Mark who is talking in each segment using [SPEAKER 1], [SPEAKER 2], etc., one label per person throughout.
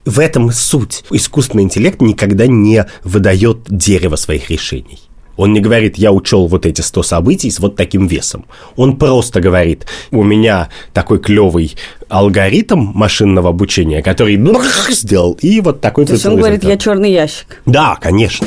[SPEAKER 1] В этом суть. Искусственный интеллект никогда не выдает дерево своих решений. Он не говорит, я учел вот эти 100 событий с вот таким весом. Он просто говорит, у меня такой клевый алгоритм машинного обучения, который сделал, и вот такой...
[SPEAKER 2] То есть он говорит, я черный ящик.
[SPEAKER 1] Да, конечно.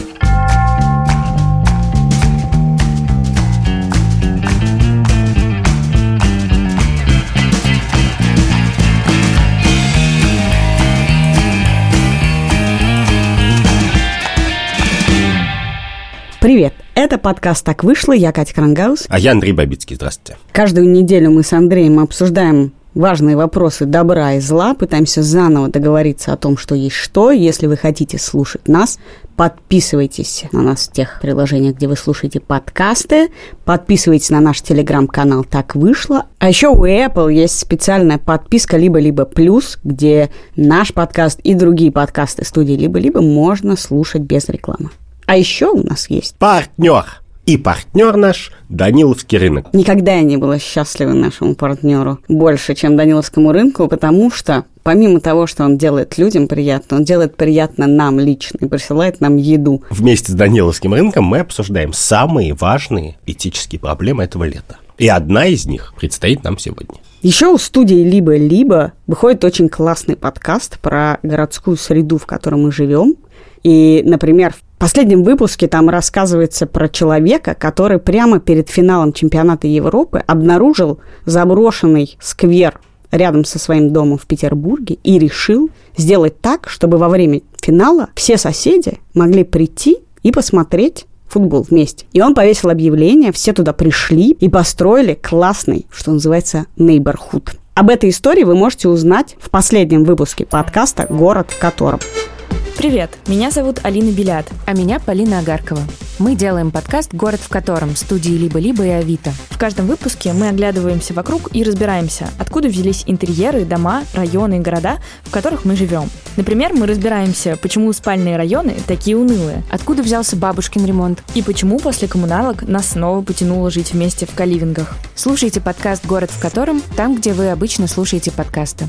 [SPEAKER 2] Привет! Это подкаст «Так вышло». Я Катя Крангаус.
[SPEAKER 1] А я Андрей Бабицкий. Здравствуйте.
[SPEAKER 2] Каждую неделю мы с Андреем обсуждаем важные вопросы добра и зла, пытаемся заново договориться о том, что есть что. Если вы хотите слушать нас, подписывайтесь на нас в тех приложениях, где вы слушаете подкасты, подписывайтесь на наш телеграм-канал «Так вышло». А еще у Apple есть специальная подписка «Либо-либо плюс», где наш подкаст и другие подкасты студии «Либо-либо» можно слушать без рекламы. А еще у нас есть
[SPEAKER 1] партнер. И партнер наш – Даниловский рынок.
[SPEAKER 2] Никогда я не была счастлива нашему партнеру больше, чем Даниловскому рынку, потому что помимо того, что он делает людям приятно, он делает приятно нам лично и присылает нам еду.
[SPEAKER 1] Вместе с Даниловским рынком мы обсуждаем самые важные этические проблемы этого лета. И одна из них предстоит нам сегодня.
[SPEAKER 2] Еще у студии «Либо-либо» выходит очень классный подкаст про городскую среду, в которой мы живем. И, например, в последнем выпуске там рассказывается про человека, который прямо перед финалом чемпионата Европы обнаружил заброшенный сквер рядом со своим домом в Петербурге и решил сделать так, чтобы во время финала все соседи могли прийти и посмотреть футбол вместе. И он повесил объявление, все туда пришли и построили классный, что называется, neighborhood. Об этой истории вы можете узнать в последнем выпуске подкаста «Город в котором».
[SPEAKER 3] Привет, меня зовут Алина Белят.
[SPEAKER 4] А меня Полина Агаркова. Мы делаем подкаст «Город в котором» студии «Либо-либо» и «Авито».
[SPEAKER 3] В каждом выпуске мы оглядываемся вокруг и разбираемся, откуда взялись интерьеры, дома, районы и города, в которых мы живем. Например, мы разбираемся, почему спальные районы такие унылые,
[SPEAKER 4] откуда взялся бабушкин ремонт
[SPEAKER 3] и почему после коммуналок нас снова потянуло жить вместе в каливингах.
[SPEAKER 4] Слушайте подкаст «Город в котором» там, где вы обычно слушаете подкасты.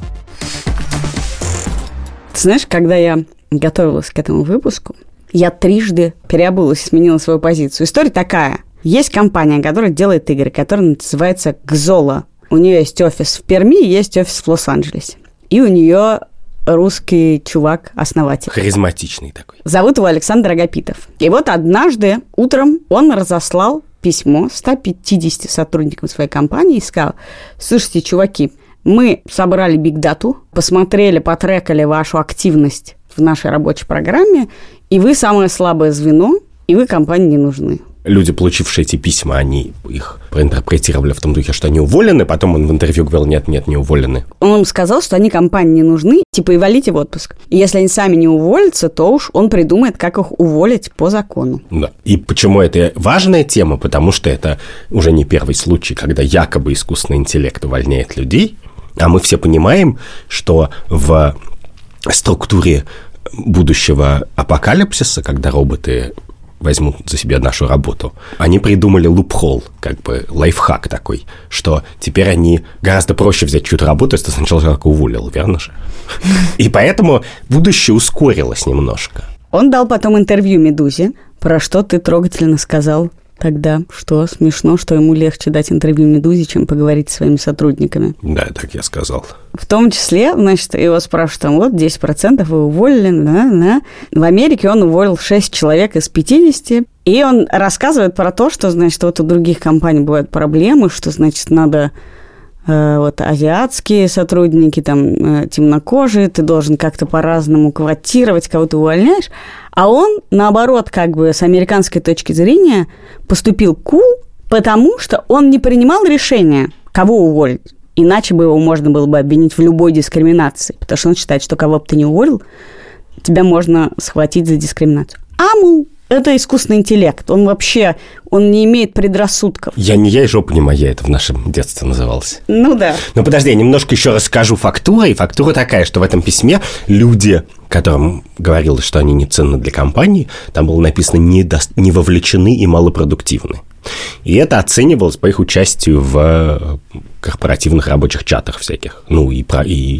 [SPEAKER 2] Ты знаешь, когда я готовилась к этому выпуску, я трижды переобулась и сменила свою позицию. История такая. Есть компания, которая делает игры, которая называется Гзола. У нее есть офис в Перми, есть офис в Лос-Анджелесе. И у нее русский чувак-основатель.
[SPEAKER 1] Харизматичный такой.
[SPEAKER 2] Зовут его Александр Агапитов. И вот однажды утром он разослал письмо 150 сотрудникам своей компании и сказал: слушайте, чуваки, мы собрали бигдату, посмотрели, потрекали вашу активность в нашей рабочей программе, и вы самое слабое звено, и вы компании не нужны.
[SPEAKER 1] Люди, получившие эти письма, они их проинтерпретировали в том духе, что они уволены, потом он в интервью говорил, нет, не уволены.
[SPEAKER 2] Он им сказал, что они компании не нужны, типа и валите в отпуск. И если они сами не уволятся, то уж он придумает, как их уволить по закону.
[SPEAKER 1] Да. И почему это важная тема? Потому что это уже не первый случай, когда якобы искусственный интеллект увольняет людей, а мы все понимаем, что в структуре будущего апокалипсиса, когда роботы возьмут за себя нашу работу, они придумали лупхол, как бы лайфхак такой, что теперь они гораздо проще взять чью-то работу, если ты сначала человека уволил, верно же? И поэтому будущее ускорилось немножко.
[SPEAKER 2] Он дал потом интервью «Медузе», про что ты трогательно сказал тогда, что смешно, что ему легче дать интервью «Медузе», чем поговорить с своими сотрудниками.
[SPEAKER 1] Да, так я сказал.
[SPEAKER 2] В том числе, значит, его спрашивают, там, вот, 10% вы уволили, да. В Америке он уволил 6 человек из 50, и он рассказывает про то, что, значит, вот у других компаний бывают проблемы, что, значит, надо вот азиатские сотрудники, там, темнокожие, ты должен как-то по-разному квотировать, кого ты увольняешь. А он, наоборот, как бы с американской точки зрения поступил потому что он не принимал решения, кого уволить. Иначе бы его можно было бы обвинить в любой дискриминации, потому что он считает, что кого бы ты не уволил, тебя можно схватить за дискриминацию. Это искусственный интеллект. Он не имеет предрассудков.
[SPEAKER 1] Я и жопа не моя, это в нашем детстве называлось.
[SPEAKER 2] Ну да.
[SPEAKER 1] Но подожди, я немножко еще расскажу фактуру. И фактура такая, что в этом письме люди, которым говорилось, что они не ценны для компании, там было написано «не вовлечены и малопродуктивны». И это оценивалось по их участию в корпоративных рабочих чатах всяких. Ну, и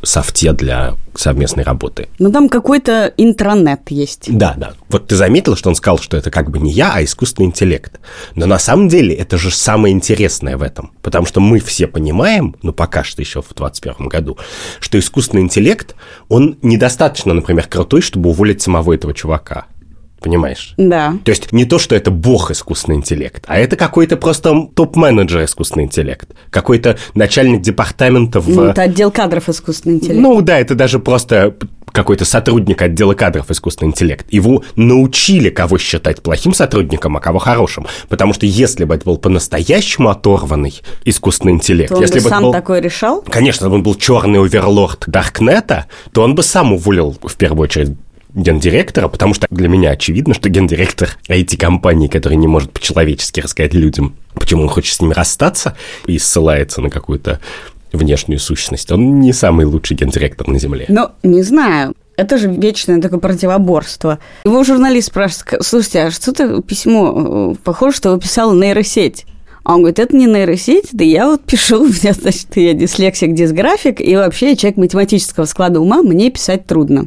[SPEAKER 1] софте для совместной работы.
[SPEAKER 2] Ну, там какой-то интранет есть.
[SPEAKER 1] Да. Вот ты заметила, что он сказал, что это как бы не я, а искусственный интеллект. Но на самом деле это же самое интересное в этом. Потому что мы все понимаем, ну, пока что еще в 2021 году, что искусственный интеллект, он недостаточно, например, крутой, чтобы уволить самого этого чувака. Понимаешь?
[SPEAKER 2] Да.
[SPEAKER 1] То есть не то, что это бог искусственный интеллект, а это какой-то просто топ-менеджер искусственный интеллект, какой-то начальник департамента в...
[SPEAKER 2] Ну, это отдел кадров искусственный интеллект.
[SPEAKER 1] Ну да, это даже просто какой-то сотрудник отдела кадров искусственный интеллект. Его научили, кого считать плохим сотрудником, а кого хорошим. Потому что если бы это был по-настоящему оторванный искусственный интеллект...
[SPEAKER 2] То он
[SPEAKER 1] если
[SPEAKER 2] бы сам такой решал?
[SPEAKER 1] Конечно, если бы он был черный оверлорд Даркнета, то он бы сам уволил в первую очередь гендиректора, потому что для меня очевидно, что гендиректор IT-компании, который не может по-человечески рассказать людям, почему он хочет с ними расстаться, и ссылается на какую-то внешнюю сущность, он не самый лучший гендиректор на Земле.
[SPEAKER 2] Ну, не знаю. Это же вечное такое противоборство. Его журналист спрашивает: слушайте, а что-то письмо, похоже, что его писала нейросеть. А он говорит: это не нейросеть, да я вот пишу, у меня, значит, я дислексик, дисграфик, и вообще я человек математического склада ума, мне писать трудно.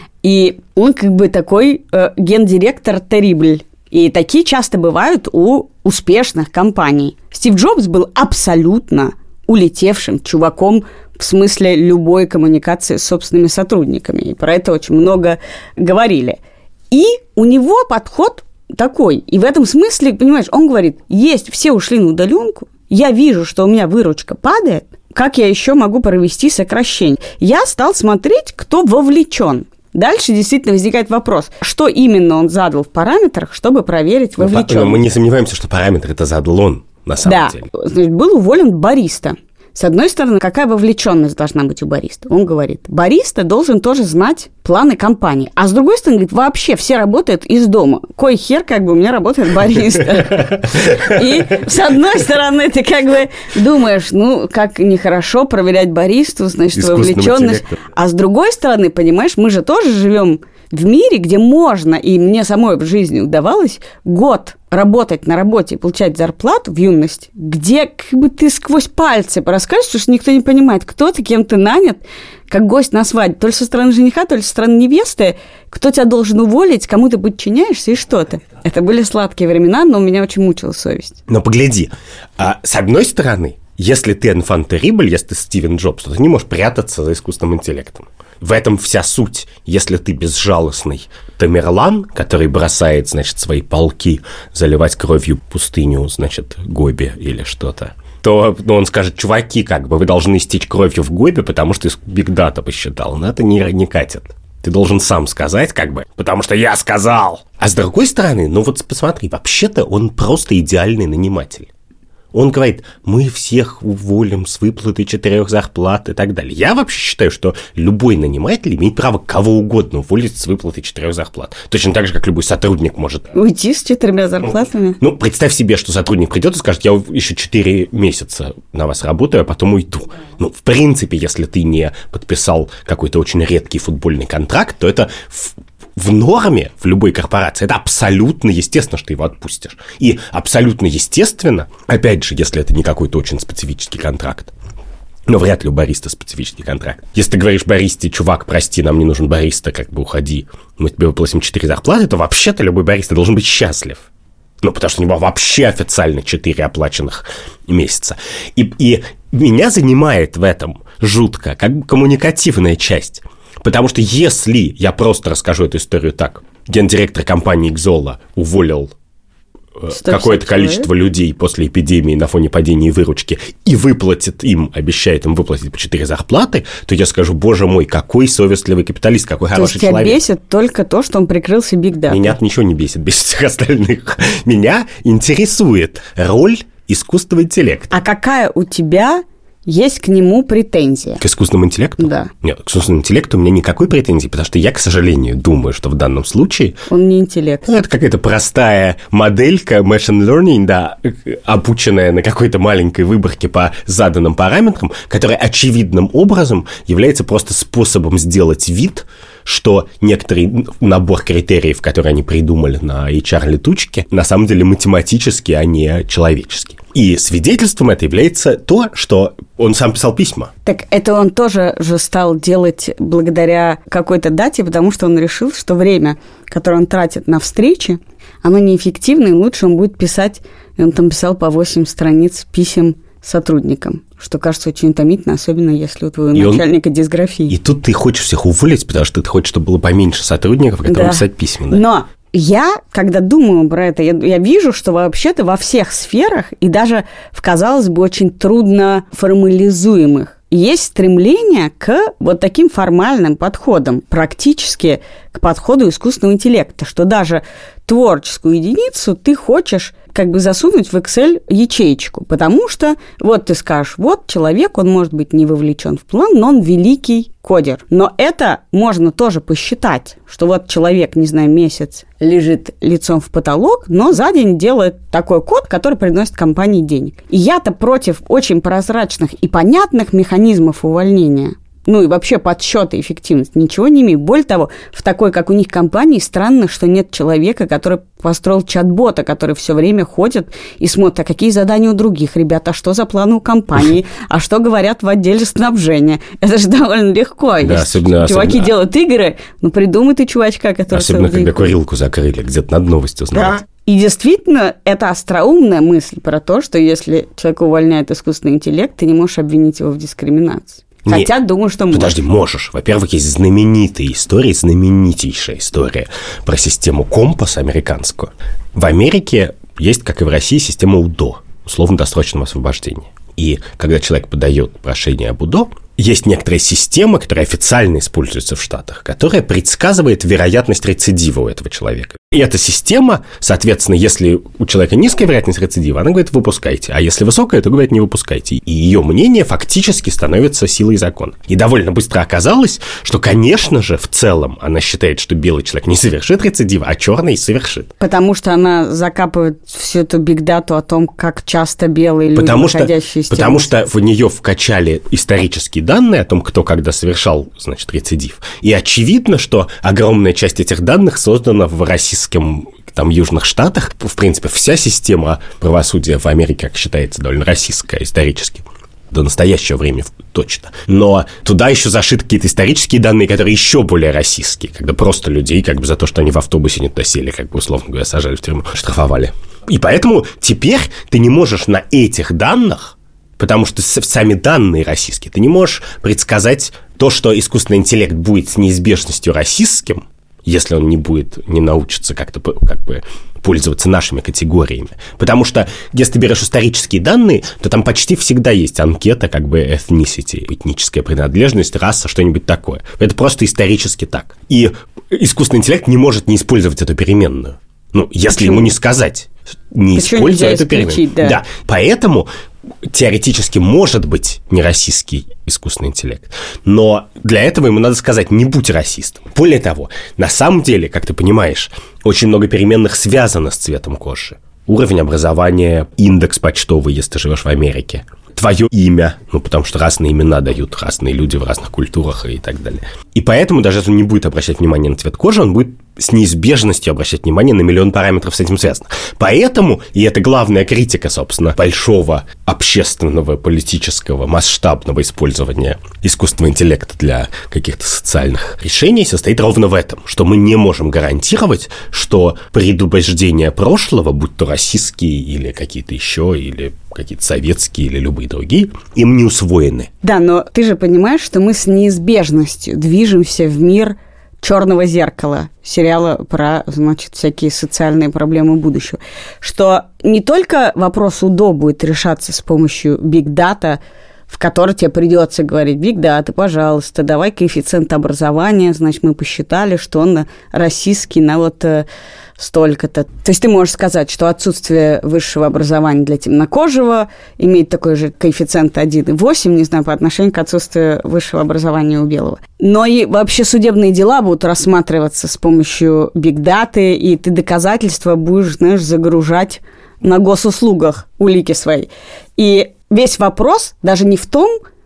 [SPEAKER 2] И он как бы такой гендиректор террибль. И такие часто бывают у успешных компаний. Стив Джобс был абсолютно улетевшим чуваком в смысле любой коммуникации с собственными сотрудниками. И про это очень много говорили. И у него подход такой. И в этом смысле, понимаешь, он говорит: есть, все ушли на удаленку, я вижу, что у меня выручка падает, как я еще могу провести сокращение? Я стал смотреть, кто вовлечен. Дальше действительно возникает вопрос, что именно он задал в параметрах, чтобы проверить вовлеченность.
[SPEAKER 1] Но мы не сомневаемся, что параметр это задал он, на самом деле.
[SPEAKER 2] Да, значит, был уволен бариста. С одной стороны, какая вовлеченность должна быть у бариста? Он говорит, бариста должен тоже знать планы компании. А с другой стороны, говорит, вообще все работают из дома. Кой хер, как бы у меня работает бариста. И с одной стороны, ты как бы думаешь, ну, как нехорошо проверять баристу, значит, вовлеченность. А с другой стороны, понимаешь, мы же тоже живем в мире, где можно, и мне самой в жизни удавалось, год работать на работе и получать зарплату в юности, где как бы ты сквозь пальцы расскажешь, что никто не понимает, кто ты, кем ты нанят, как гость на свадьбе, то ли со стороны жениха, то ли со стороны невесты, кто тебя должен уволить, кому ты подчиняешься и что ты. Это были сладкие времена, но меня очень мучила совесть.
[SPEAKER 1] Но погляди, с одной стороны, если ты enfant terrible, если ты Стивен Джобс, то ты не можешь прятаться за искусственным интеллектом. В этом вся суть. Если ты безжалостный Тамерлан, который бросает, значит, свои полки заливать кровью пустыню, значит, Гоби или что-то, то он скажет: чуваки, как бы, вы должны истечь кровью в Гоби, потому что Big Data посчитал. Но это не катит. Ты должен сам сказать, как бы, потому что я сказал. А с другой стороны, ну вот посмотри, вообще-то он просто идеальный наниматель. Он говорит: мы всех уволим с выплатой 4 зарплат и так далее. Я вообще считаю, что любой наниматель имеет право кого угодно уволить с выплатой 4 зарплат. Точно так же, как любой сотрудник может...
[SPEAKER 2] Уйти с 4 зарплатами?
[SPEAKER 1] Ну, представь себе, что сотрудник придет и скажет: я еще 4 месяца на вас работаю, а потом уйду. Ну, в принципе, если ты не подписал какой-то очень редкий футбольный контракт, то это... В норме, в любой корпорации, это абсолютно естественно, что ты его отпустишь. И абсолютно естественно, опять же, если это не какой-то очень специфический контракт, но вряд ли у бариста специфический контракт. Если ты говоришь баристе: чувак, прости, нам не нужен бариста, как бы уходи, мы тебе выплатим 4 зарплаты, то вообще-то любой бариста должен быть счастлив. Ну, потому что у него вообще официально 4 оплаченных месяца. И меня занимает в этом жутко, как бы коммуникативная часть. Потому что если я просто расскажу эту историю так: гендиректор компании Xolo уволил какое-то количество людей после эпидемии на фоне падения выручки и выплатит им, обещает им выплатить по 4 зарплаты, то я скажу: боже мой, какой совестливый капиталист, какой хороший человек.
[SPEAKER 2] То есть тебя бесит только то, что он прикрылся Big Data?
[SPEAKER 1] Меня ничего не бесит всех остальных. Меня интересует роль искусственного интеллекта.
[SPEAKER 2] А какая у тебя... есть к нему претензии?
[SPEAKER 1] К искусственному интеллекту?
[SPEAKER 2] Да.
[SPEAKER 1] Нет, к искусственному интеллекту у меня никакой претензии, потому что я, к сожалению, думаю, что в данном случае...
[SPEAKER 2] Он не интеллект.
[SPEAKER 1] Ну, это какая-то простая моделька machine learning, да, обученная на какой-то маленькой выборке по заданным параметрам, которая очевидным образом является просто способом сделать вид, что некоторый набор критериев, которые они придумали на HR-летучке, на самом деле математический, а не человеческий. И свидетельством это является то, что он сам писал письма.
[SPEAKER 2] Так это он тоже же стал делать благодаря какой-то дате, потому что он решил, что время, которое он тратит на встречи, оно неэффективно, и лучше он будет писать, и он там писал по 8 страниц писем сотрудникам, что кажется очень утомительно, особенно если у твоего начальника дисграфия.
[SPEAKER 1] И тут ты хочешь всех уволить, потому что ты хочешь, чтобы было поменьше сотрудников, которым писать письма. Да?
[SPEAKER 2] Но я, когда думаю про это, я вижу, что вообще-то во всех сферах, и даже в, казалось бы, очень трудно формализуемых, есть стремление к вот таким формальным подходам, практически к подходу искусственного интеллекта, что даже творческую единицу ты хочешь как бы засунуть в Excel ячеечку, потому что вот ты скажешь, вот человек, он может быть не вовлечен в план, но он великий кодер. Но это можно тоже посчитать, что вот человек, не знаю, месяц лежит лицом в потолок, но за день делает такой код, который приносит компании денег. И я-то против очень прозрачных и понятных механизмов увольнения. Ну и вообще подсчеты эффективности, ничего не имею. Более того, в такой, как у них, компании, странно, что нет человека, который построил чат-бота, который все время ходит и смотрит, а какие задания у других ребят, а что за планы у компании, а что говорят в отделе снабжения. Это же довольно легко. Да,
[SPEAKER 1] если
[SPEAKER 2] чуваки делают игры, ну придумай ты чувачка, который...
[SPEAKER 1] Особенно, когда курилку закрыли, где-то надо новости узнавать.
[SPEAKER 2] Да. И действительно, это остроумная мысль про то, что если человека увольняет искусственный интеллект, ты не можешь обвинить его в дискриминации. Хотя, думаю, что можешь.
[SPEAKER 1] Подожди, можешь. Во-первых, есть знаменитая история, знаменитейшая история про систему компас американскую. В Америке есть, как и в России, система УДО, условно-досрочного освобождения. И когда человек подает прошение об УДО, есть некоторая система, которая официально используется в Штатах, которая предсказывает вероятность рецидива у этого человека. И эта система, соответственно, если у человека низкая вероятность рецидива, она говорит, выпускайте. А если высокая, то говорит, не выпускайте. И ее мнение фактически становится силой закона. И довольно быстро оказалось, что, конечно же, в целом она считает, что белый человек не совершит рецидива, а черный совершит.
[SPEAKER 2] Потому что она закапывает всю эту бигдату о том, как часто белые люди, выходящие из тюрьмы.
[SPEAKER 1] Потому что в нее вкачали исторические данные о том, кто когда совершал, значит, рецидив. И очевидно, что огромная часть этих данных создана в российском там, Южных Штатах. В принципе, вся система правосудия в Америке, как считается, довольно российская исторически. До настоящего времени точно. Но туда еще зашиты какие-то исторические данные, которые еще более российские, когда просто людей как бы за то, что они в автобусе не досели, как бы, условно говоря, сажали в тюрьму, штрафовали. И поэтому теперь ты не можешь на этих данных, потому что сами данные российские, ты не можешь предсказать то, что искусственный интеллект будет с неизбежностью расистским, если он не научится как-то как бы пользоваться нашими категориями. Потому что, если ты берешь исторические данные, то там почти всегда есть анкета, как бы ethnicity, этническая принадлежность, раса, что-нибудь такое. Это просто исторически так. И искусственный интеллект не может не использовать эту переменную. Ну, если ему не сказать, не используя эту переменную. Да. Поэтому теоретически может быть не российский искусственный интеллект. Но для этого ему надо сказать, не будь расистом. Более того, на самом деле, как ты понимаешь, очень много переменных связано с цветом кожи. Уровень образования, индекс почтовый, если ты живешь в Америке. Твое имя, потому что разные имена дают разные люди в разных культурах и так далее. И поэтому, даже если он не будет обращать внимание на цвет кожи, он будет с неизбежностью обращать внимание на миллион параметров с этим связанных. Поэтому, и это главная критика, собственно, большого общественного, политического, масштабного использования искусственного интеллекта для каких-то социальных решений, состоит ровно в этом, что мы не можем гарантировать, что предубеждения прошлого, будь то российские или какие-то еще, или какие-то советские или любые другие, им не усвоены.
[SPEAKER 2] Да, но ты же понимаешь, что мы с неизбежностью движемся в мир «Черного зеркала», сериала про, значит, всякие социальные проблемы будущего, что не только вопрос УДО будет решаться с помощью биг-дата, в который тебе придется говорить: биг-дата, пожалуйста, давай коэффициент образования, значит, мы посчитали, что он российский на вот столько-то. То есть ты можешь сказать, что отсутствие высшего образования для темнокожего имеет такой же коэффициент 1,8, не знаю, по отношению к отсутствию высшего образования у белого. Но и вообще судебные дела будут рассматриваться с помощью биг-даты, и ты доказательства будешь, знаешь, загружать на госуслугах, улики свои. И весь вопрос даже не в том,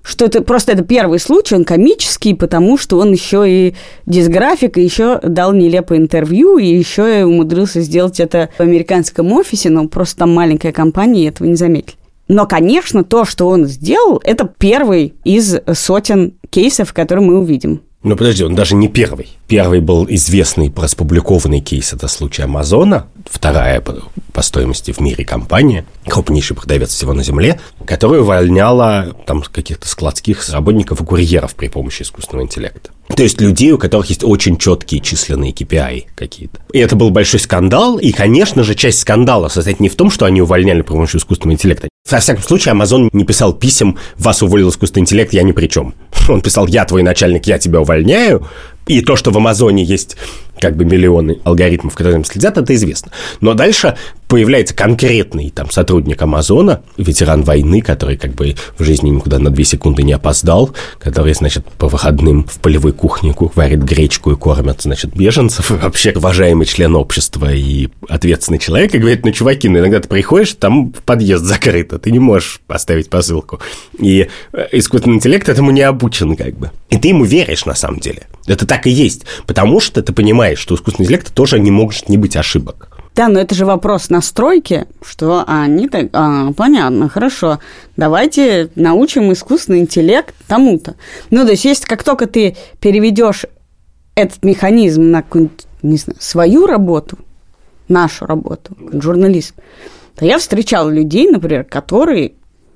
[SPEAKER 2] что это просто это первый случай, он комический, потому что он еще и дисграфик, и еще дал нелепое интервью, и еще и умудрился сделать это в американском офисе, но просто там маленькая компания, и этого не заметили. Но, конечно, то, что он сделал, это первый из сотен кейсов, которые мы увидим.
[SPEAKER 1] Ну, подожди, он даже не первый. Первый был известный распубликованный кейс, это случай Амазона, вторая по стоимости в мире компания, крупнейший продавец всего на Земле, которая увольняла там каких-то складских работников и курьеров при помощи искусственного интеллекта. То есть людей, у которых есть очень четкие численные KPI какие-то. И это был большой скандал, и, конечно же, часть скандала состоит не в том, что они увольняли при помощи искусственного интеллекта. Во всяком случае, Amazon не писал писем «Вас уволил искусственный интеллект, я ни при чем». Он писал «Я твой начальник, я тебя увольняю». И то, что в Амазоне есть как бы миллионы алгоритмов, которые им следят, это известно. Но дальше появляется конкретный там сотрудник Амазона, ветеран войны, который как бы в жизни никуда на 2 секунды не опоздал, который, значит, по выходным в полевой кухне варит гречку и кормит, значит, беженцев, и вообще уважаемый член общества и ответственный человек, и говорит: ну, чуваки, ну, иногда ты приходишь, там подъезд закрыт, ты не можешь поставить посылку. И искусственный интеллект этому не обучен как бы. И ты ему веришь на самом деле. Это так и есть, потому что ты понимаешь, что у искусственного интеллекта тоже не может не быть ошибок.
[SPEAKER 2] Да, но это же вопрос настройки, что они так, понятно, хорошо, давайте научим искусственный интеллект тому-то. Ну, то есть как только ты переведешь этот механизм на какую-нибудь, не знаю, свою работу, нашу работу, как журналист, то я встречала людей, например, которые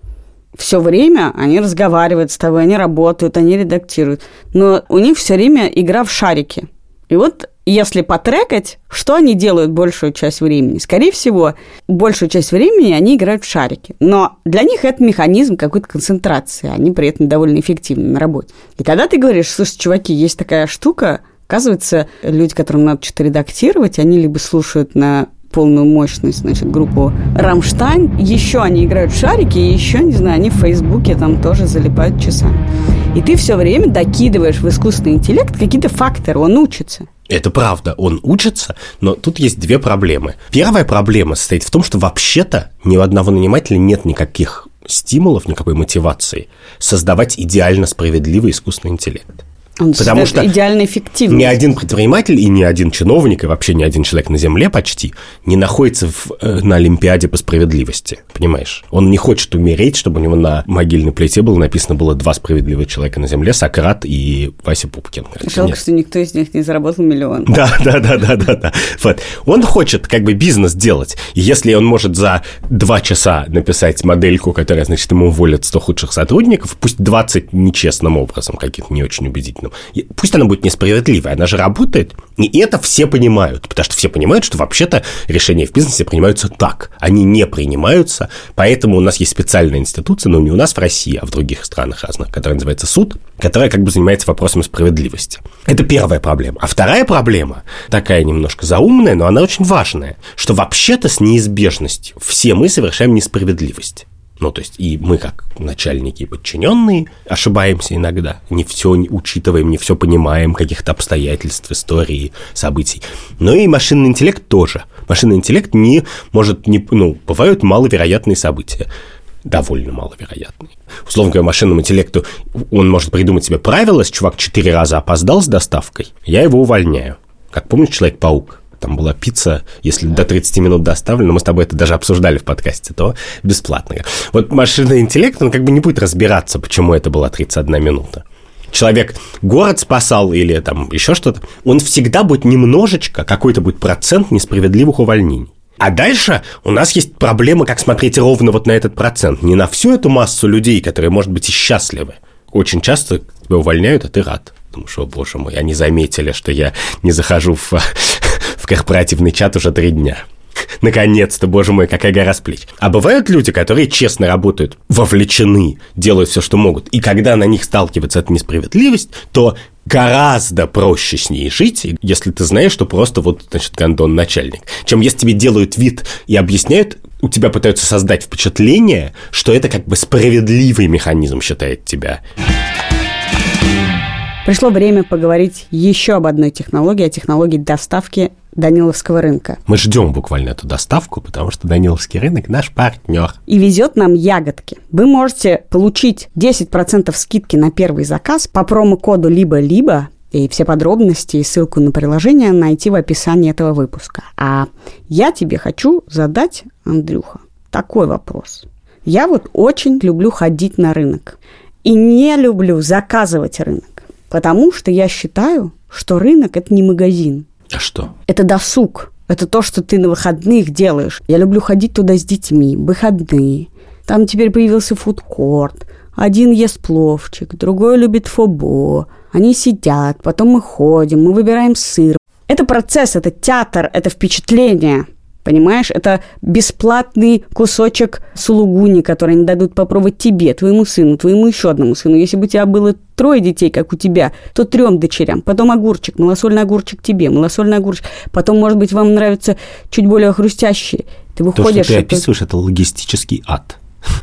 [SPEAKER 2] все время они разговаривают с тобой, они работают, они редактируют, но у них все время игра в шарики. И вот если потрекать, что они делают большую часть времени? Скорее всего, большую часть времени они играют в шарики. Но для них это механизм какой-то концентрации. Они при этом довольно эффективны на работе. И тогда ты говоришь: слушай, чуваки, есть такая штука. Оказывается, люди, которым надо что-то редактировать, они либо слушают на полную мощность, значит, группу «Рамштайн», еще они играют в шарики, и еще, не знаю, они в Фейсбуке там тоже залипают часами. И ты все время докидываешь в искусственный интеллект какие-то факторы, он учится.
[SPEAKER 1] Это правда, он учится, но тут есть 2 проблемы. Первая проблема состоит в том, что вообще-то ни у одного нанимателя нет никаких стимулов, никакой мотивации создавать идеально справедливый искусственный интеллект. Потому что
[SPEAKER 2] идеально эффективно.
[SPEAKER 1] Ни один предприниматель и ни один чиновник, и вообще ни один человек на Земле почти не находится на Олимпиаде по справедливости, понимаешь? Он не хочет умереть, чтобы у него на могильной плите было написано 2 справедливых человека на Земле: Сократ и Вася Пупкин.
[SPEAKER 2] Жалко, что никто из них не заработал миллион.
[SPEAKER 1] Да. Вот. Он хочет как бы бизнес делать, и если он может за 2 часа написать модельку, которая, значит, ему уволят 100 худших сотрудников, пусть 20 нечестным образом, каким-то не очень убедительным, пусть она будет несправедливой, она же работает, и это все понимают, потому что все понимают, что вообще-то решения в бизнесе принимаются так, они не принимаются, поэтому у нас есть специальная институция, но не у нас в России, а в других странах разных, которая называется суд, которая как бы занимается вопросом справедливости. Это первая проблема. А вторая проблема, такая немножко заумная, но она очень важная, что вообще-то с неизбежностью все мы совершаем несправедливость. Ну, то есть, и мы, как начальники и подчиненные, ошибаемся иногда, не все учитываем, не все понимаем, каких-то обстоятельств, истории, событий. Но и машинный интеллект тоже. Машинный интеллект бывают маловероятные события. Довольно маловероятные. Условно говоря, машинному интеллекту он может придумать себе правило: если чувак 4 раза опоздал с доставкой, я его увольняю. Как помнишь Человек-паук? Там была пицца, если до 30 минут доставлена, мы с тобой это даже обсуждали в подкасте, то бесплатно. Вот машинный интеллект, он как бы не будет разбираться, почему это была 31 минута. Человек город спасал или там еще что-то, он всегда будет немножечко, какой-то будет процент несправедливых увольнений. А дальше у нас есть проблема, как смотреть ровно вот на этот процент. Не на всю эту массу людей, которые, может быть, и счастливы. Очень часто тебя увольняют, а ты рад. Потому что, боже мой, они заметили, что я не захожу в корпоративный чат уже 3 дня. Наконец-то, боже мой, какая гора с плеч. А бывают люди, которые честно работают, вовлечены, делают все, что могут. И когда на них сталкивается эта несправедливость, то гораздо проще с ней жить, если ты знаешь, что просто вот, значит, гондон начальник, чем если тебе делают вид и объясняют, у тебя пытаются создать впечатление, что это как бы справедливый механизм считает тебя.
[SPEAKER 2] Пришло время поговорить еще об одной технологии, о технологии доставки Даниловского рынка.
[SPEAKER 1] Мы ждем буквально эту доставку, потому что Даниловский рынок наш партнер.
[SPEAKER 2] И везет нам ягодки. Вы можете получить 10% скидки на первый заказ по промокоду «Либо-либо», и все подробности и ссылку на приложение найти в описании этого выпуска. А я тебе хочу задать, Андрюха, такой вопрос. Я вот очень люблю ходить на рынок и не люблю заказывать рынок. Потому что я считаю, что рынок – это не магазин.
[SPEAKER 1] А что?
[SPEAKER 2] Это досуг. Это то, что ты на выходных делаешь. Я люблю ходить туда с детьми. Выходные. Там теперь появился фудкорт. Один ест пловчик, другой любит фобо. Они сидят, потом мы ходим, мы выбираем сыр. Это процесс, это театр, это впечатление. Понимаешь, это бесплатный кусочек сулугуни, который они дадут попробовать тебе, твоему сыну, твоему еще одному сыну. Если бы у тебя было 3 детей, как у тебя, то 3 дочерям. Потом огурчик, малосольный огурчик тебе, малосольный огурчик. Потом, может быть, вам нравятся чуть более хрустящие. Ты выходишь...
[SPEAKER 1] То, что ты описываешь, это логистический ад.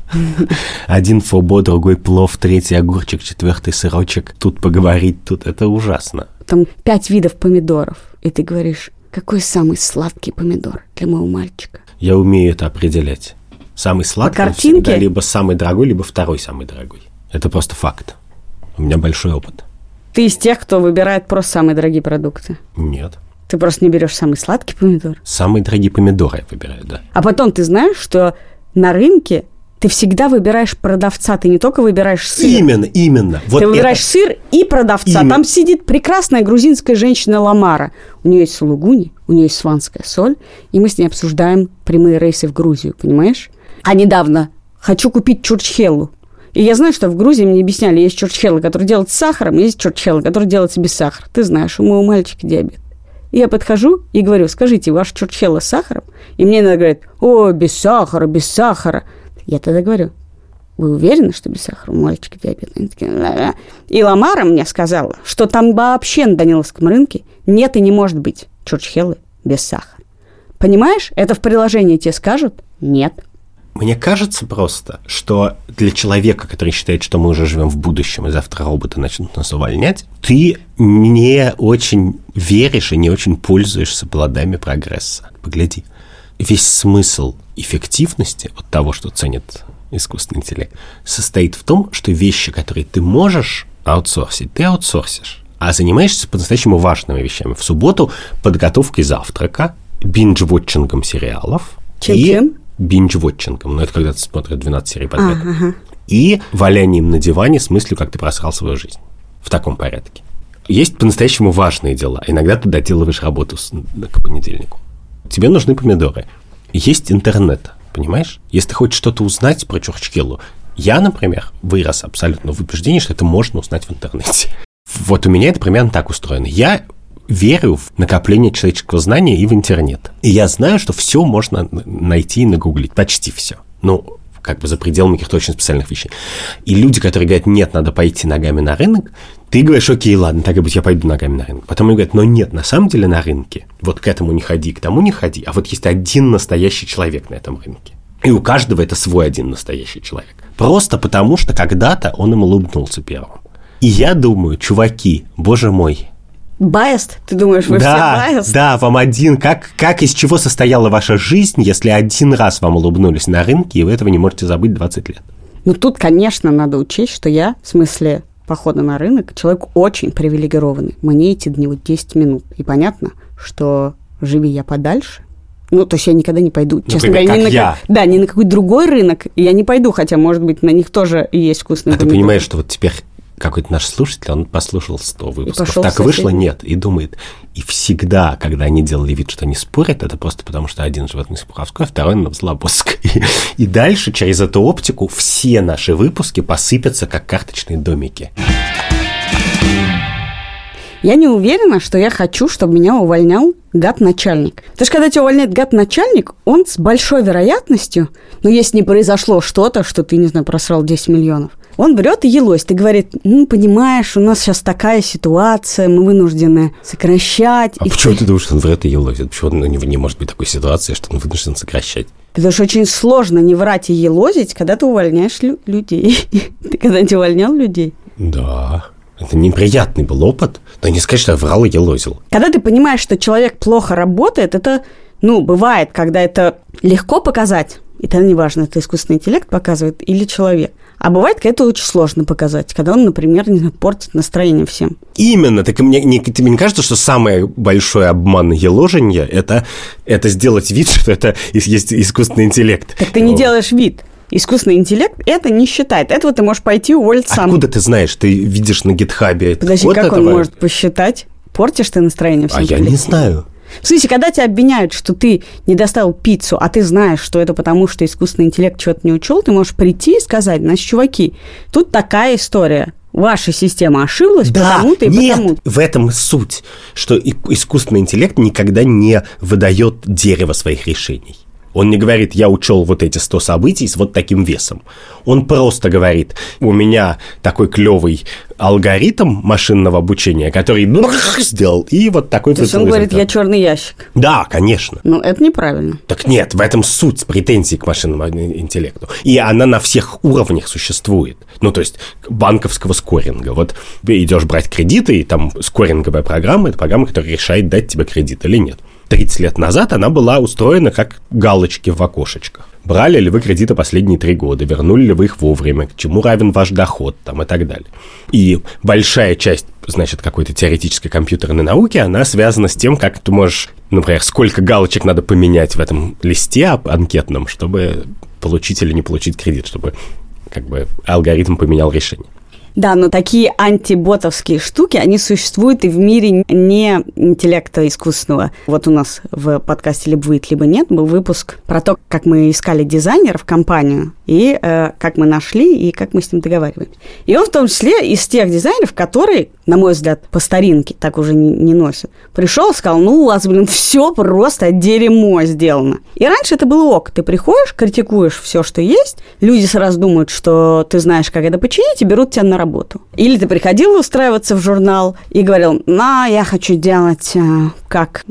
[SPEAKER 1] Один фобо, другой плов, 3 огурчик, 4 сырочек. Тут поговорить, тут это ужасно.
[SPEAKER 2] Там 5 видов помидоров. И ты говоришь... Какой самый сладкий помидор для моего мальчика?
[SPEAKER 1] Я умею это определять. Самый сладкий всегда либо самый дорогой, либо второй самый дорогой. Это просто факт. У меня большой опыт.
[SPEAKER 2] Ты из тех, кто выбирает просто самые дорогие продукты?
[SPEAKER 1] Нет.
[SPEAKER 2] Ты просто не берешь самый сладкий помидор?
[SPEAKER 1] Самые дорогие помидоры я выбираю, да.
[SPEAKER 2] А потом ты знаешь, что на рынке ты всегда выбираешь продавца, ты не только выбираешь сыр.
[SPEAKER 1] Именно. Вот
[SPEAKER 2] ты выбираешь сыр и продавца. Там сидит прекрасная грузинская женщина Ламара. У нее есть сулугуни, у нее есть сванская соль, и мы с ней обсуждаем прямые рейсы в Грузию, понимаешь? А недавно хочу купить чурчхеллу. И я знаю, что в Грузии мне объясняли, есть чурчхелла, который делается с сахаром, есть чурчхелла, который делается без сахара. Ты знаешь, у моего мальчика диабет. И я подхожу и говорю, скажите, ваш чурчхелла с сахаром? И мне иногда говорят, о, без сахара, без сахара. Я тогда говорю, вы уверены, что без сахара у мальчика диабет? Они такие, да. И Ламара мне сказала, что там вообще на Даниловском рынке нет и не может быть чурчхеллы без сахара. Понимаешь, это в приложении тебе скажут? Нет.
[SPEAKER 1] Мне кажется просто, что для человека, который считает, что мы уже живем в будущем, и завтра роботы начнут нас увольнять, ты не очень веришь и не очень пользуешься плодами прогресса. Погляди. Весь смысл эффективности от того, что ценит искусственный интеллект, состоит в том, что вещи, которые ты можешь аутсорсить, ты аутсорсишь, а занимаешься по-настоящему важными вещами. В субботу подготовкой завтрака, биндж-вотчингом сериалов.
[SPEAKER 2] Чем?
[SPEAKER 1] Биндж-вотчингом. Но это когда ты смотришь 12 серий подряд. И валянием на диване с мыслью, как ты просрал свою жизнь. В таком порядке. Есть по-настоящему важные дела. Иногда ты доделываешь работу к понедельнику. Тебе нужны помидоры. Есть интернет, понимаешь? Если ты хочешь что-то узнать про чурчхеллу, я, например, вырос абсолютно в убеждении, что это можно узнать в интернете. Вот у меня это примерно так устроено. Я верю в накопление человеческого знания и в интернет. И я знаю, что все можно найти и нагуглить. Почти все. Ну, как бы за пределами каких-то очень специальных вещей. И люди, которые говорят, нет, надо пойти ногами на рынок, ты говоришь, окей, ладно, так и быть, я пойду ногами на рынок. Потом они говорят, но нет, на самом деле на рынке вот к этому не ходи, к тому не ходи, а вот есть один настоящий человек на этом рынке. И у каждого это свой один настоящий человек. Просто потому, что когда-то он им улыбнулся первым. И я думаю, чуваки, боже мой.
[SPEAKER 2] Biased? Ты думаешь, вы все biased?
[SPEAKER 1] Да, вам один. Как из чего состояла ваша жизнь, если один раз вам улыбнулись на рынке, и вы этого не можете забыть 20 лет?
[SPEAKER 2] Ну, тут, конечно, надо учесть, что я, в смысле похода на рынок, человек очень привилегированный. Мне идти до него 10 минут. И понятно, что живи я подальше. Ну, то есть я никогда не пойду, честно говоря, ни на какой другой рынок я не пойду, хотя, может быть, на них тоже есть вкусные помидоры.
[SPEAKER 1] А ты понимаешь, что вот теперь какой-то наш слушатель, он послушал 100 выпусков, так вышло, нет, и думает, и всегда, когда они делали вид, что они спорят, это просто потому, что один живет в Несепуховской, а второй на Слободской. И дальше через эту оптику все наши выпуски посыпятся, как карточные домики.
[SPEAKER 2] Я не уверена, что я хочу, чтобы меня увольнял гад-начальник. Потому что когда тебя увольняет гад-начальник, он с большой вероятностью, ну, если не произошло что-то, что ты, не знаю, просрал 10 миллионов, он врет и елозит, и говорит, ну, понимаешь, у нас сейчас такая ситуация, мы вынуждены сокращать.
[SPEAKER 1] А почему ты думаешь, что он врет и елозит? Почему у него не может быть такой ситуации, что он вынужден сокращать?
[SPEAKER 2] Потому что очень сложно не врать и елозить, когда ты увольняешь людей. Ты когда-нибудь увольнял людей?
[SPEAKER 1] Да. Это неприятный был опыт. Да не сказать, что я врал и елозил.
[SPEAKER 2] Когда ты понимаешь, что человек плохо работает, это, бывает, когда это легко показать. И тогда неважно, это искусственный интеллект показывает или человек. А бывает, когда это очень сложно показать, когда он, например, портит настроение всем.
[SPEAKER 1] Именно. Так тебе не кажется, что самый большой обман еложенья – это сделать вид, что это есть искусственный интеллект?
[SPEAKER 2] Так ты не делаешь вид. Искусственный интеллект это не считает. Этого ты можешь пойти уволить сам.
[SPEAKER 1] Откуда ты знаешь? Ты видишь на гитхабе.
[SPEAKER 2] Подожди, вот как он может посчитать? Портишь ты настроение всем?
[SPEAKER 1] Я не знаю.
[SPEAKER 2] В смысле, когда тебя обвиняют, что ты не доставил пиццу, а ты знаешь, что это потому, что искусственный интеллект чего-то не учел, ты можешь прийти и сказать: значит, чуваки, тут такая история. Ваша система ошиблась, потому-то и потому-то.
[SPEAKER 1] Нет, в этом суть, что искусственный интеллект никогда не выдает дерево своих решений. Он не говорит: я учел вот эти 100 событий с вот таким весом. Он просто говорит: у меня такой клевый алгоритм машинного обучения, который сделал, и вот такой...
[SPEAKER 2] То есть он говорит: я черный ящик.
[SPEAKER 1] Да, конечно.
[SPEAKER 2] Но это неправильно.
[SPEAKER 1] Так нет, в этом суть претензий к машинному интеллекту. И она на всех уровнях существует. То есть банковского скоринга. Вот ты идешь брать кредиты, и там скоринговая программа, это программа, которая решает, дать тебе кредит или нет. 30 лет назад она была устроена как галочки в окошечках. Брали ли вы кредиты последние 3 года, вернули ли вы их вовремя, к чему равен ваш доход там, и так далее. И большая часть, какой-то теоретической компьютерной науки, она связана с тем, как ты можешь, например, сколько галочек надо поменять в этом листе анкетном, чтобы получить или не получить кредит, чтобы алгоритм поменял решение.
[SPEAKER 2] Да, но такие антиботовские штуки, они существуют и в мире не интеллекта искусственного. Вот у нас в подкасте «Либо выйдет, либо нет» был выпуск про то, как мы искали дизайнера в компанию, и как мы нашли, и как мы с ним договариваемся. И он в том числе из тех дизайнеров, которые, на мой взгляд, по старинке так уже не носят. Пришел и сказал: у вас, все просто дерьмо сделано. И раньше это было ок. Ты приходишь, критикуешь все, что есть, люди сразу думают, что ты знаешь, как это починить, и берут тебя на работу. Или ты приходил устраиваться в журнал и говорил: я хочу делать как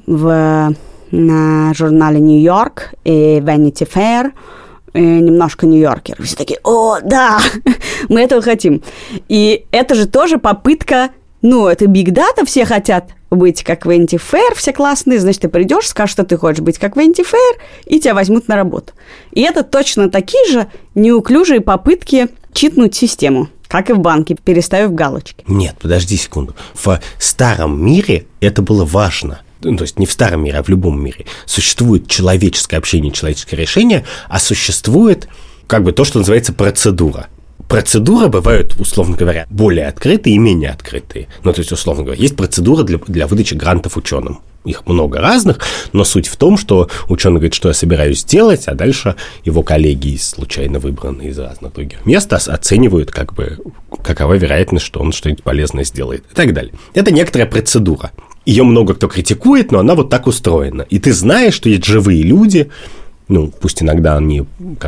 [SPEAKER 2] на журнале «Нью-Йорк» и «Vanity Fair», немножко «Нью-Йоркер». Все такие: о, да, мы этого хотим. И это же тоже попытка, это Big Data, все хотят быть как Vanity Fair, все классные, значит, ты придешь, скажешь, что ты хочешь быть как Vanity Fair, и тебя возьмут на работу. И это точно такие же неуклюжие попытки читнуть систему, как и в банке, переставив галочки.
[SPEAKER 1] Нет, подожди секунду. В старом мире это было важно. То есть не в старом мире, а в любом мире. Существует человеческое общение, человеческое решение, а существует то, что называется процедура. Процедуры бывают, условно говоря, более открытые и менее открытые. То есть, условно говоря, есть процедура для выдачи грантов ученым. Их много разных, но суть в том, что ученый говорит, что я собираюсь сделать, а дальше его коллеги, случайно выбранные из разных других мест, оценивают, какова вероятность, что он что-нибудь полезное сделает и так далее. Это некоторая процедура. Ее много кто критикует, но она вот так устроена. И ты знаешь, что есть живые люди, пусть иногда они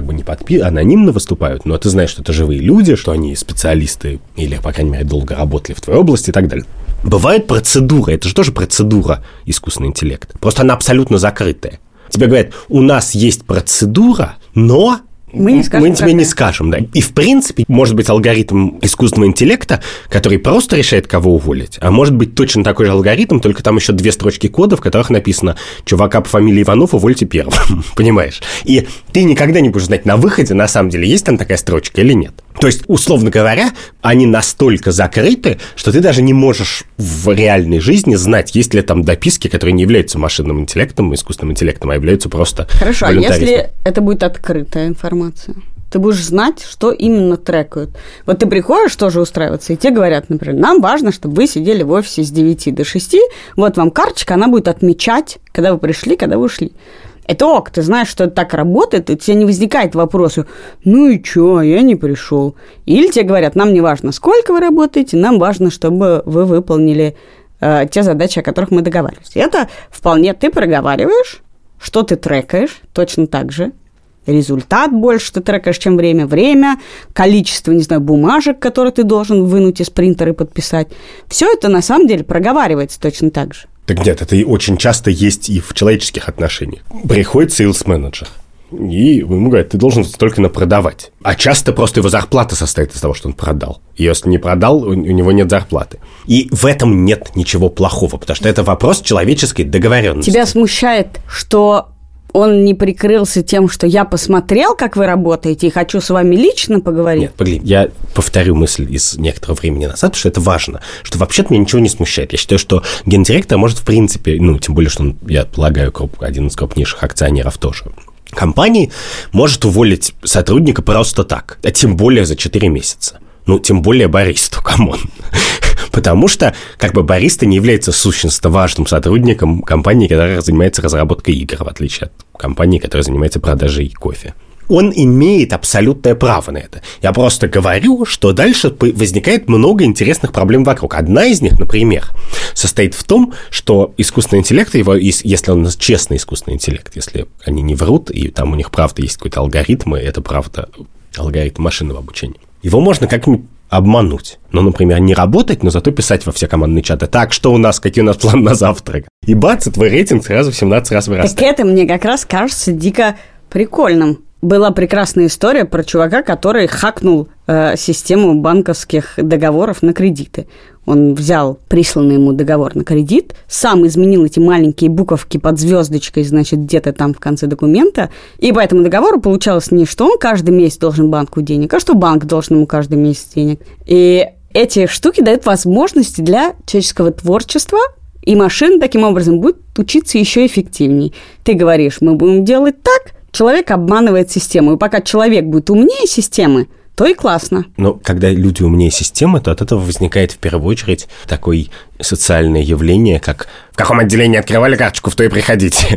[SPEAKER 1] не анонимно выступают, но ты знаешь, что это живые люди, что они специалисты или, по крайней мере, долго работали в твоей области и так далее. Бывает процедура, это же тоже процедура искусственного интеллекта, просто она абсолютно закрытая. Тебе говорят: у нас есть процедура, но... Мы тебе не скажем, да. И, в принципе, может быть алгоритм искусственного интеллекта, который просто решает, кого уволить, а может быть точно такой же алгоритм, только там еще 2 строчки кода, в которых написано: чувака по фамилии Иванов увольте первым. Понимаешь? И ты никогда не будешь знать на выходе, на самом деле, есть там такая строчка или нет. То есть, условно говоря, они настолько закрыты, что ты даже не можешь в реальной жизни знать, есть ли там дописки, которые не являются машинным интеллектом, искусственным интеллектом, а являются просто
[SPEAKER 2] Хорошо, а если это будет открытая информация? Ты будешь знать, что именно трекают. Вот ты приходишь тоже устраиваться, и тебе говорят, например: нам важно, чтобы вы сидели в офисе с 9 до 6, вот вам карточка, она будет отмечать, когда вы пришли, когда вы ушли. Это ок, ты знаешь, что это так работает, и у тебя не возникает вопроса: и чё, я не пришел. Или тебе говорят: нам не важно, сколько вы работаете, нам важно, чтобы вы выполнили те задачи, о которых мы договаривались. Это вполне ты проговариваешь, что ты трекаешь, точно так же. Результат больше ты трекаешь, чем время, количество, бумажек, которые ты должен вынуть из принтера и подписать. Все это на самом деле проговаривается точно так же.
[SPEAKER 1] Так нет, это и очень часто есть и в человеческих отношениях. Приходит сейлс-менеджер и ему говорят, ты должен столько напродавать. А часто просто его зарплата состоит из того, что он продал. И если не продал, у него нет зарплаты. И в этом нет ничего плохого, потому что это вопрос человеческой договоренности.
[SPEAKER 2] Тебя смущает, что он не прикрылся тем, что я посмотрел, как вы работаете, и хочу с вами лично поговорить?
[SPEAKER 1] Нет, погоди, я повторю мысль из некоторого времени назад, потому что это важно, что вообще-то меня ничего не смущает. Я считаю, что гендиректор может, в принципе, тем более, что он, я полагаю, один из крупнейших акционеров тоже компании, может уволить сотрудника просто так, а тем более за 4 месяца. Тем более баристу, камон. Потому что, бариста не является сущностно важным сотрудником компании, которая занимается разработкой игр, в отличие от компании, которая занимается продажей кофе. Он имеет абсолютное право на это. Я просто говорю, что дальше возникает много интересных проблем вокруг. Одна из них, например, состоит в том, что искусственный интеллект, если он честный искусственный интеллект, если они не врут, и там у них правда есть какой-то алгоритм, и это правда алгоритм машинного обучения, его можно как-нибудь обмануть. Например, не работать, но зато писать во все командные чаты. Так, что у нас, какие у нас планы на завтрак? И бац, твой рейтинг сразу в 17 раз вырастает.
[SPEAKER 2] Так это мне как раз кажется дико прикольным. Была прекрасная история про чувака, который хакнул систему банковских договоров на кредиты. Он взял присланный ему договор на кредит, сам изменил эти маленькие буковки под звездочкой, где-то там в конце документа, и по этому договору получалось не что он каждый месяц должен банку денег, а что банк должен ему каждый месяц денег. И эти штуки дают возможности для человеческого творчества, и машина таким образом будет учиться еще эффективнее. Ты говоришь, мы будем делать так, человек обманывает систему, и пока человек будет умнее системы, то и классно.
[SPEAKER 1] Но когда люди умнее системы, то от этого возникает в первую очередь такое социальное явление, как в каком отделении открывали карточку, в то и приходите.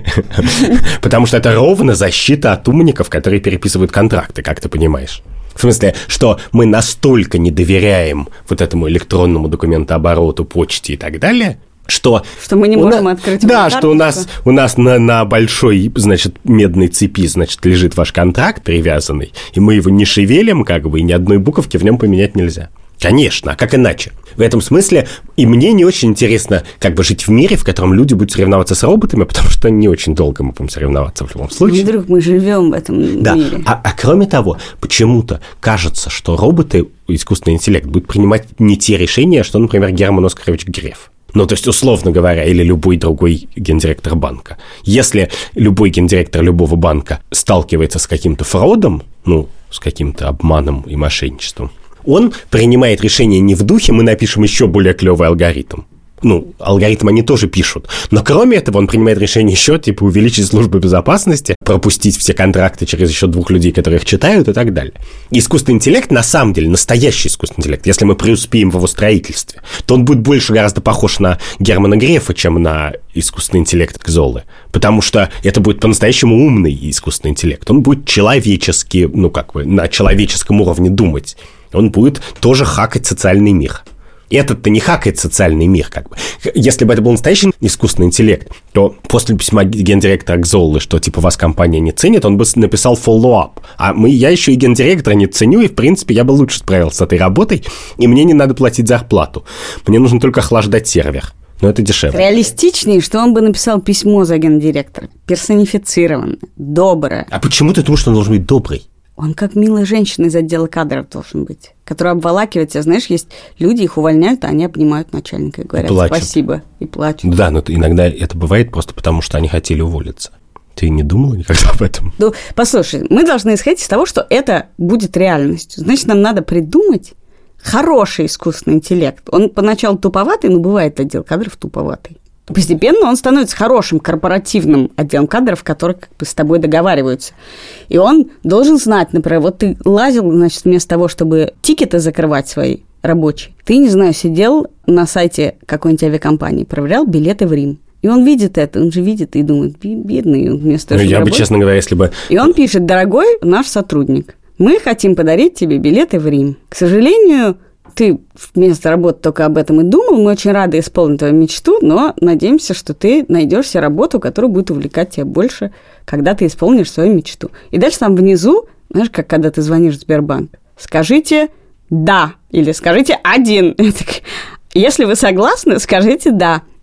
[SPEAKER 1] Потому что это ровно защита от умников, которые переписывают контракты, как ты понимаешь. В смысле, что мы настолько не доверяем вот этому электронному документообороту, почте и так далее, что
[SPEAKER 2] мы не можем открыть.
[SPEAKER 1] Да, что у нас на большой, медной цепи, лежит ваш контракт привязанный, и мы его не шевелим, и ни одной буковки в нем поменять нельзя. Конечно, а как иначе? В этом смысле и мне не очень интересно жить в мире, в котором люди будут соревноваться с роботами, потому что не очень долго мы будем соревноваться в любом случае.
[SPEAKER 2] Вдруг мы живем в этом мире.
[SPEAKER 1] А кроме того, почему-то кажется, что роботы, искусственный интеллект, будут принимать не те решения, что, например, Герман Оскарович Греф. То есть, условно говоря, или любой другой гендиректор банка. Если любой гендиректор любого банка сталкивается с каким-то фродом, с каким-то обманом и мошенничеством, он принимает решение не в духе «мы напишем еще более клевый алгоритм». Алгоритм они тоже пишут. Но кроме этого он принимает решение еще, увеличить службу безопасности, пропустить все контракты через еще 2 людей, которые их читают и так далее. Искусственный интеллект, на самом деле, настоящий искусственный интеллект, если мы преуспеем в его строительстве, то он будет больше гораздо похож на Германа Грефа, чем на искусственный интеллект Золы. Потому что это будет по-настоящему умный искусственный интеллект. Он будет человечески, на человеческом уровне думать. Он будет тоже хакать социальный мир. Этот-то не хакает социальный мир, Если бы это был настоящий искусственный интеллект, то после письма гендиректора Золы, что, вас компания не ценит, он бы написал follow-up. Я еще и гендиректора не ценю, и, в принципе, я бы лучше справился с этой работой, и мне не надо платить зарплату. Мне нужно только охлаждать сервер. Но это дешевле.
[SPEAKER 2] Реалистичнее, что он бы написал письмо за гендиректора. Персонифицированное, доброе.
[SPEAKER 1] А почему ты думаешь, что он должен быть добрый?
[SPEAKER 2] Он как милая женщина из отдела кадров должен быть, которая обволакивает тебя. Знаешь, есть люди, их увольняют, а они обнимают начальника и говорят спасибо, и плачут.
[SPEAKER 1] Да, но иногда это бывает просто потому, что они хотели уволиться. Ты не думала никогда об этом?
[SPEAKER 2] Послушай, мы должны исходить из того, что это будет реальностью. Значит, нам надо придумать хороший искусственный интеллект. Он поначалу туповатый, но бывает отдел кадров туповатый. Постепенно он становится хорошим корпоративным отделом кадров, которые с тобой договариваются. И он должен знать, например, ты лазил, вместо того, чтобы тикеты закрывать свои рабочие, ты, не знаю, сидел на сайте какой-нибудь авиакомпании, проверял билеты в Рим. И он видит это, он же видит и думает, бедный, он вместо того, чтобы
[SPEAKER 1] работать. Честно говоря, если бы...
[SPEAKER 2] И он пишет: дорогой наш сотрудник, мы хотим подарить тебе билеты в Рим. К сожалению, ты вместо работы только об этом и думал. Мы очень рады исполнить твою мечту, но надеемся, что ты найдешь себе работу, которая будет увлекать тебя больше, когда ты исполнишь свою мечту. И дальше там внизу, знаешь, как когда ты звонишь в Сбербанк, скажите «да» или скажите «1». Если вы согласны, скажите «да».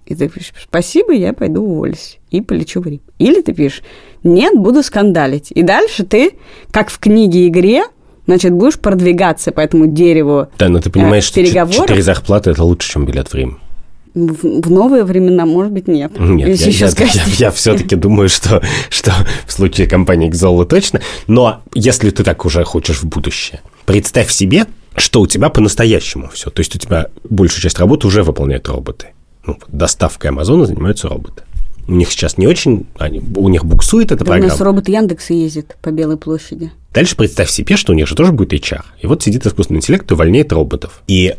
[SPEAKER 2] И ты пишешь: спасибо, я пойду уволюсь и полечу в Рим. Или ты пишешь: нет, буду скандалить. И дальше ты, как в книге-игре, значит, будешь продвигаться по этому дереву.
[SPEAKER 1] Да, но ты понимаешь, что 4 зарплаты – это лучше, чем билет в Рим.
[SPEAKER 2] В новые времена, может быть, нет.
[SPEAKER 1] Нет, я все-таки думаю, что в случае компании Xolo точно. Но если ты так уже хочешь в будущее, представь себе, что у тебя по-настоящему все. То есть у тебя большую часть работы уже выполняют роботы. Доставкой Амазона занимаются роботы. У них сейчас не очень, у них буксует эта программа.
[SPEAKER 2] У нас робот Яндекса ездит по Белой площади.
[SPEAKER 1] Дальше представь себе, что у них же тоже будет HR. И вот сидит искусственный интеллект и увольняет роботов. И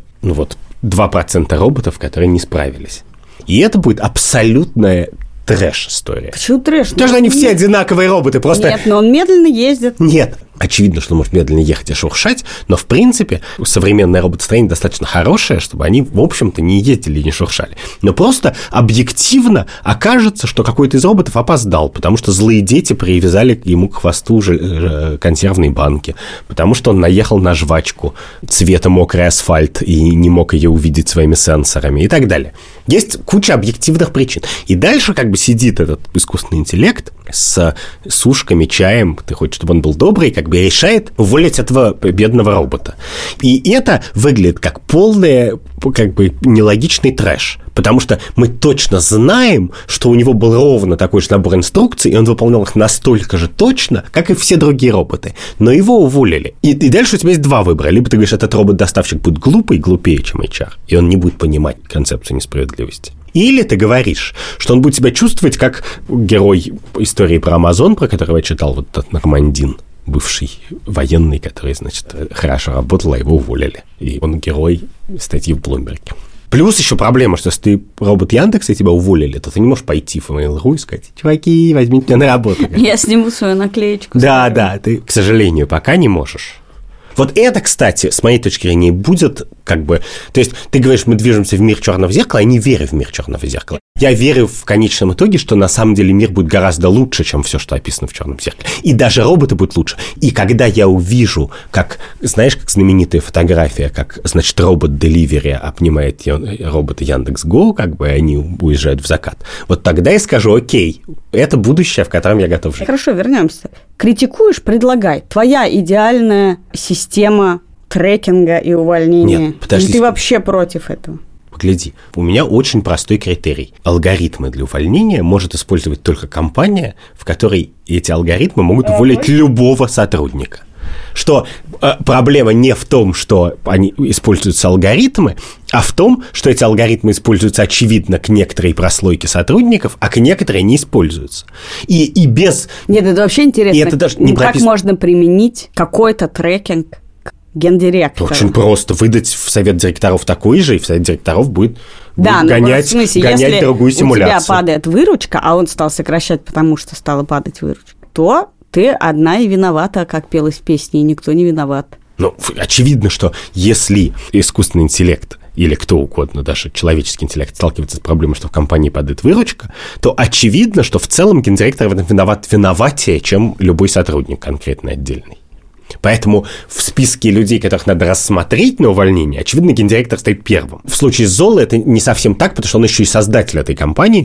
[SPEAKER 1] 2% роботов, которые не справились. И это будет абсолютная трэш-история.
[SPEAKER 2] Почему трэш?
[SPEAKER 1] Потому что они все одинаковые роботы, просто...
[SPEAKER 2] Нет, но он медленно ездит.
[SPEAKER 1] Нет. Очевидно, что он может медленно ехать и шуршать, но, в принципе, современное роботостроение достаточно хорошее, чтобы они, в общем-то, не ездили и не шуршали. Но просто объективно окажется, что какой-то из роботов опоздал, потому что злые дети привязали ему к хвосту консервные банки, потому что он наехал на жвачку цвета мокрый асфальт и не мог ее увидеть своими сенсорами и так далее. Есть куча объективных причин. И дальше как бы сидит этот искусственный интеллект с сушками, чаем, ты хочешь, чтобы он был добрый, как бы решает уволить этого бедного робота. И это выглядит как полный, как бы, нелогичный трэш. Потому что мы точно знаем, что у него был ровно такой же набор инструкций, и он выполнял их настолько же точно, как и все другие роботы. Но его уволили. И дальше у тебя есть 2 выбора. Либо ты говоришь, этот робот-доставщик будет глупый, глупее, чем HR, и он не будет понимать концепцию несправедливости. Или ты говоришь, что он будет себя чувствовать как герой истории про Амазон, про которого я читал, вот этот Нормандин, бывший военный, который, значит, хорошо работал, а его уволили. И он герой статьи в Bloomberg. Плюс еще проблема, что если ты робот Яндекса и тебя уволили, то ты не можешь пойти в Mail.ru и сказать: чуваки, возьмите меня на работу.
[SPEAKER 2] Я сниму свою наклеечку.
[SPEAKER 1] Да, ты, к сожалению, пока не можешь. Вот это, кстати, с моей точки зрения, будет как бы... То есть ты говоришь, мы движемся в мир черного зеркала, я не верю в мир черного зеркала. Я верю в конечном итоге, что на самом деле мир будет гораздо лучше, чем все, что описано в черном зеркале. И даже роботы будут лучше. И когда я увижу, как, знаешь, как знаменитая фотография, как, значит, робот-деливери обнимает робота Яндекс.Го, как бы они уезжают в закат, вот тогда я скажу: окей, это будущее, в котором я готов жить.
[SPEAKER 2] Хорошо, вернемся. Критикуешь, предлагай. Твоя идеальная система трекинга и увольнения.
[SPEAKER 1] Нет, подожди.
[SPEAKER 2] Или ты вообще против этого?
[SPEAKER 1] Гляди, у меня очень простой критерий. Алгоритмы для увольнения может использовать только компания, в которой эти алгоритмы могут уволить любого сотрудника. Что проблема не в том, что они используются алгоритмы, а в том, что эти алгоритмы используются, очевидно, к некоторой прослойке сотрудников, а к некоторой не используются. И без...
[SPEAKER 2] Нет, это вообще интересно.
[SPEAKER 1] И это даже не
[SPEAKER 2] как можно применить какой-то трекинг к гендиректору?
[SPEAKER 1] Очень просто. Выдать в совет директоров такой же, и в совет директоров будет гонять другую симуляцию.
[SPEAKER 2] Если у тебя падает выручка, а он стал сокращать, потому что стала падать выручка, то ты одна и виновата, как пелось в песне, и никто не виноват.
[SPEAKER 1] Ну, очевидно, что если искусственный интеллект или кто угодно, даже человеческий интеллект, сталкивается с проблемой, что в компании падает выручка, то очевидно, что в целом гендиректор в этом виноватее, чем любой сотрудник конкретно отдельный. Поэтому в списке людей, которых надо рассмотреть на увольнение, очевидно, гендиректор стоит первым. В случае с Xolo это не совсем так, потому что он еще и создатель этой компании,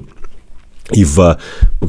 [SPEAKER 1] и в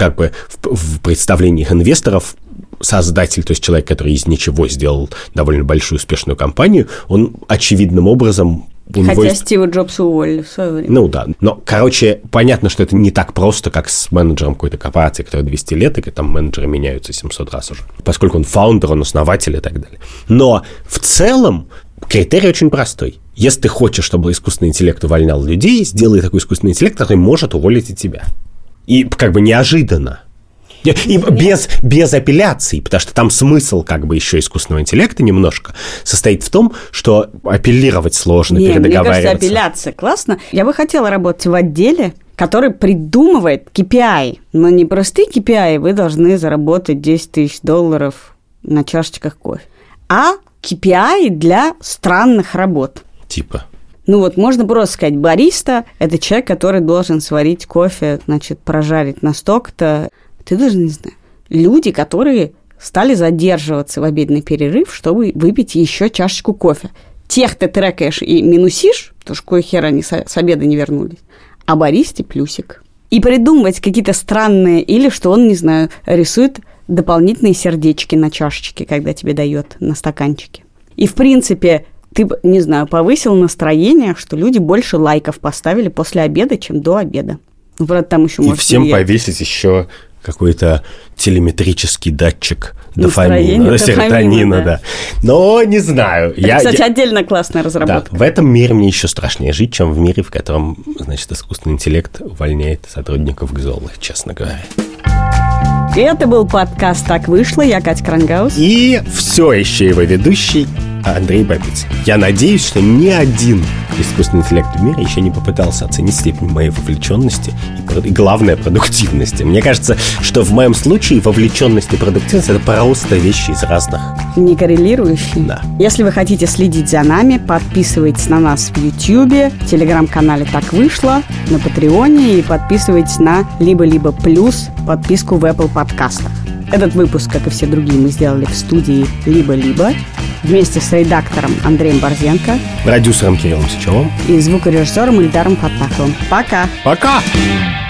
[SPEAKER 1] представлениях инвесторов создатель, то есть человек, который из ничего сделал довольно большую успешную компанию, он очевидным образом...
[SPEAKER 2] Хотя Стива Джобса уволили в свое время.
[SPEAKER 1] Ну да, но, короче, понятно, что это не так просто, как с менеджером какой-то корпорации, которая 200 лет, и там менеджеры меняются 700 раз уже, поскольку он фаундер, он основатель и так далее. Но в целом критерий очень простой. Если ты хочешь, чтобы искусственный интеллект увольнял людей, сделай такой искусственный интеллект, который может уволить и тебя. И как бы неожиданно. И без апелляций, потому что там смысл как бы еще искусственного интеллекта немножко состоит в том, что апеллировать сложно, передоговариваться.
[SPEAKER 2] Мне кажется, апелляция классно. Я бы хотела работать в отделе, который придумывает KPI, но не простые KPI, вы должны заработать $10 000 на чашечках кофе, а KPI для странных работ.
[SPEAKER 1] Типа?
[SPEAKER 2] Ну вот можно просто сказать, бариста – это человек, который должен сварить кофе, значит, прожарить на столько-то. Ты даже не знаешь. Люди, которые стали задерживаться в обеденный перерыв, чтобы выпить еще чашечку кофе. Тех ты трекаешь и минусишь, потому что кое хера они с обеда не вернулись. а Бористе плюсик. И придумывать какие-то странные, или что он, не знаю, рисует дополнительные сердечки на чашечке, когда тебе дает на стаканчике. И, в принципе, ты, не знаю, повысил настроение, что люди больше лайков поставили после обеда, чем до обеда. Ну, правда, там еще
[SPEAKER 1] и
[SPEAKER 2] может
[SPEAKER 1] всем
[SPEAKER 2] влиять.
[SPEAKER 1] повесить еще какой-то телеметрический датчик
[SPEAKER 2] Настроение,
[SPEAKER 1] серотонина, да. Но не знаю.
[SPEAKER 2] Это, кстати, отдельно классная разработка.
[SPEAKER 1] Да, в этом мире мне еще страшнее жить, чем в мире, в котором, значит, искусственный интеллект увольняет сотрудников ГЗОЛ, честно говоря.
[SPEAKER 2] И это был подкаст «Так вышло». Я Катя Крангаус.
[SPEAKER 1] И все еще его ведущий Андрей Бабицкий. Я надеюсь, что ни один искусственный интеллект в мире еще не попытался оценить степень моей вовлеченности и, главное, продуктивности. Мне кажется, что в моем случае вовлеченность и продуктивность – это просто вещи из разных.
[SPEAKER 2] Не коррелирующие?
[SPEAKER 1] Да.
[SPEAKER 2] Если вы хотите следить за нами, подписывайтесь на нас в YouTube, в телеграм-канале «Так вышло», на Патреоне и подписывайтесь на «Либо-либо плюс» подписку в Apple подкастах. Этот выпуск, как и все другие, мы сделали в студии «Либо-либо» вместе с редактором Андреем Борзенко,
[SPEAKER 1] Продюсером Кириллом Сычевым
[SPEAKER 2] и звукорежиссером Ильдаром Фаттаховым. Пока!
[SPEAKER 1] Пока!